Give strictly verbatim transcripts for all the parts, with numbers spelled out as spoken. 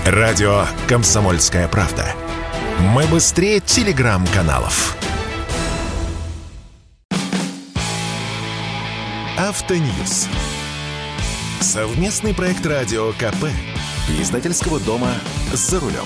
Радио «Комсомольская правда». Мы быстрее телеграм-каналов. Автоньюз. Совместный проект Радио КП и издательского дома «За рулем».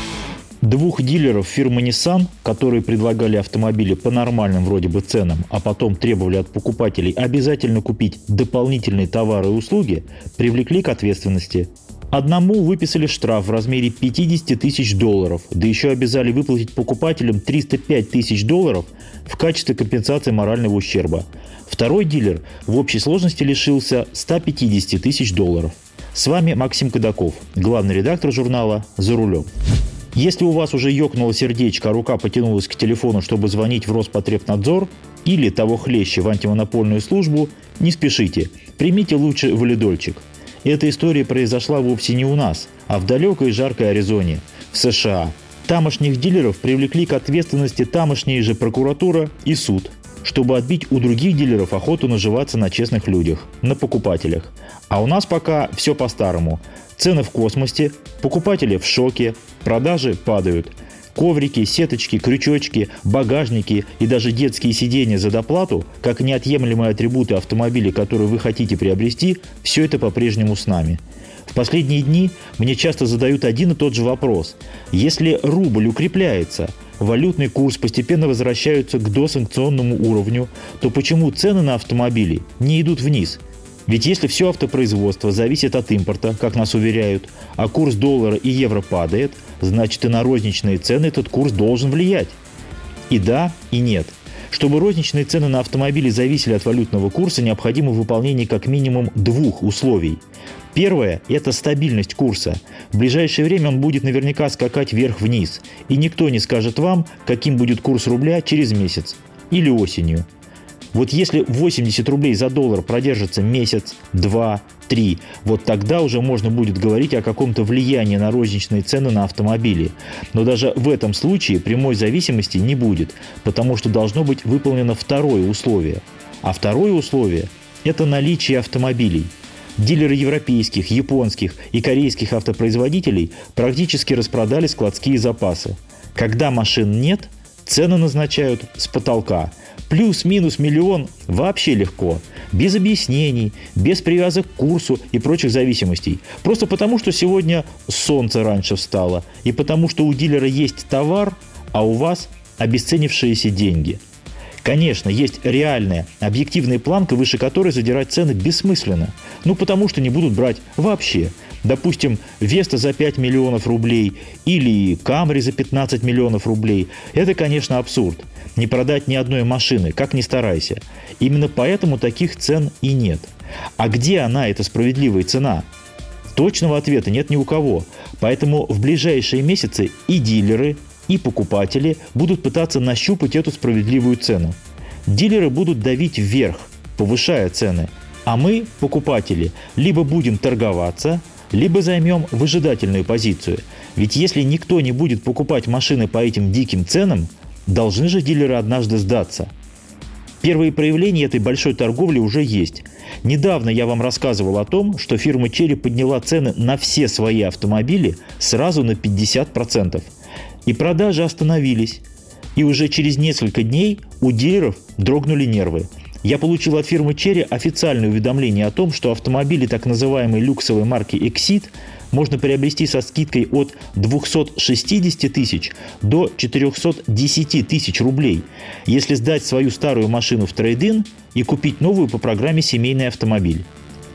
Двух дилеров фирмы Nissan, которые предлагали автомобили по нормальным вроде бы ценам, а потом требовали от покупателей обязательно купить дополнительные товары и услуги, привлекли к ответственности. Одному выписали штраф в размере пятьдесят тысяч долларов, да еще обязали выплатить покупателям триста пять тысяч долларов в качестве компенсации морального ущерба. Второй дилер в общей сложности лишился ста пятидесяти тысяч долларов. С вами Максим Кадаков, главный редактор журнала «За рулем». Если у вас уже ёкнуло сердечко, а рука потянулась к телефону, чтобы звонить в Роспотребнадзор или, того хлеще, в антимонопольную службу, не спешите, примите лучше валидольчик. Эта история произошла вовсе не у нас, а в далекой и жаркой Аризоне, в США. Тамошних дилеров привлекли к ответственности тамошние же прокуратура и суд, чтобы отбить у других дилеров охоту наживаться на честных людях, на покупателях. А у нас пока все по-старому. Цены в космосе, покупатели в шоке, продажи падают. Коврики, сеточки, крючочки, багажники и даже детские сиденья за доплату, как неотъемлемые атрибуты автомобиля, которые вы хотите приобрести, все это по-прежнему с нами. В последние дни мне часто задают один и тот же вопрос. Если рубль укрепляется, валютный курс постепенно возвращается к досанкционному уровню, то почему цены на автомобили не идут вниз? Ведь если все автопроизводство зависит от импорта, как нас уверяют, а курс доллара и евро падает, значит и на розничные цены этот курс должен влиять. И да, и нет. Чтобы розничные цены на автомобили зависели от валютного курса, необходимо выполнение как минимум двух условий. Первое – это стабильность курса. В ближайшее время он будет наверняка скакать вверх-вниз, и никто не скажет вам, каким будет курс рубля через месяц или осенью. Вот если восемьдесят рублей за доллар продержится месяц, два, три, вот тогда уже можно будет говорить о каком-то влиянии на розничные цены на автомобили. Но даже в этом случае прямой зависимости не будет, потому что должно быть выполнено второе условие. А второе условие – это наличие автомобилей. Дилеры европейских, японских и корейских автопроизводителей практически распродали складские запасы. Когда машин нет, цены назначают с потолка. Плюс-минус миллион вообще легко, без объяснений, без привязок к курсу и прочих зависимостей. Просто потому, что сегодня солнце раньше встало, и потому, что у дилера есть товар, а у вас обесценившиеся деньги. Конечно, есть реальная, объективная планка, выше которой задирать цены бессмысленно. Ну, потому что не будут брать вообще. Допустим, Веста за пять миллионов рублей или Камри за пятнадцать миллионов рублей. Это, конечно, абсурд. Не продать ни одной машины, как ни старайся. Именно поэтому таких цен и нет. А где она, эта справедливая цена? Точного ответа нет ни у кого. Поэтому в ближайшие месяцы и дилеры, и покупатели будут пытаться нащупать эту справедливую цену. Дилеры будут давить вверх, повышая цены. А мы, покупатели, либо будем торговаться, либо займем выжидательную позицию. Ведь если никто не будет покупать машины по этим диким ценам, должны же дилеры однажды сдаться. Первые проявления этой большой торговли уже есть. Недавно я вам рассказывал о том, что фирма Chery подняла цены на все свои автомобили сразу на пятьдесят процентов. И продажи остановились. И уже через несколько дней у дилеров дрогнули нервы. Я получил от фирмы Chery официальное уведомление о том, что автомобили так называемой люксовой марки Exit можно приобрести со скидкой от двухсот шестидесяти тысяч до четырехсот десяти тысяч рублей, если сдать свою старую машину в трейд-ин и купить новую по программе «Семейный автомобиль».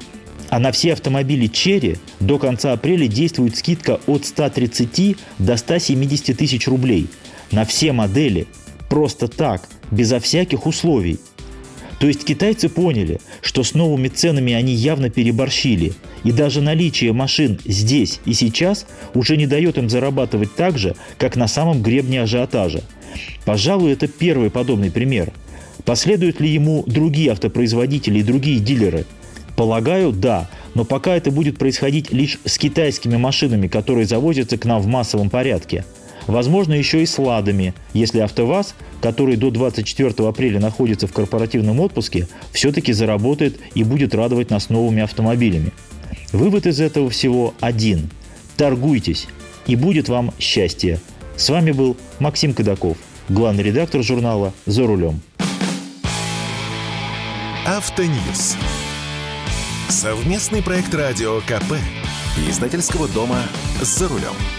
А на все автомобили Chery до конца апреля действует скидка от ста тридцати до ста семидесяти тысяч рублей. На все модели. Просто так, безо всяких условий. То есть китайцы поняли, что с новыми ценами они явно переборщили, и даже наличие машин здесь и сейчас уже не дает им зарабатывать так же, как на самом гребне ажиотажа. Пожалуй, это первый подобный пример. Последуют ли ему другие автопроизводители и другие дилеры? Полагаю, да, но пока это будет происходить лишь с китайскими машинами, которые завозятся к нам в массовом порядке. Возможно, еще и с ладами, если АвтоВАЗ, который до двадцать четвёртого апреля находится в корпоративном отпуске, все-таки заработает и будет радовать нас новыми автомобилями. Вывод из этого всего один. торгуйтесь, и будет вам счастье. С вами был Максим Кадаков, главный редактор журнала «За рулем». Автоньюз. Совместный проект радио ка пэ и издательского дома «За рулем».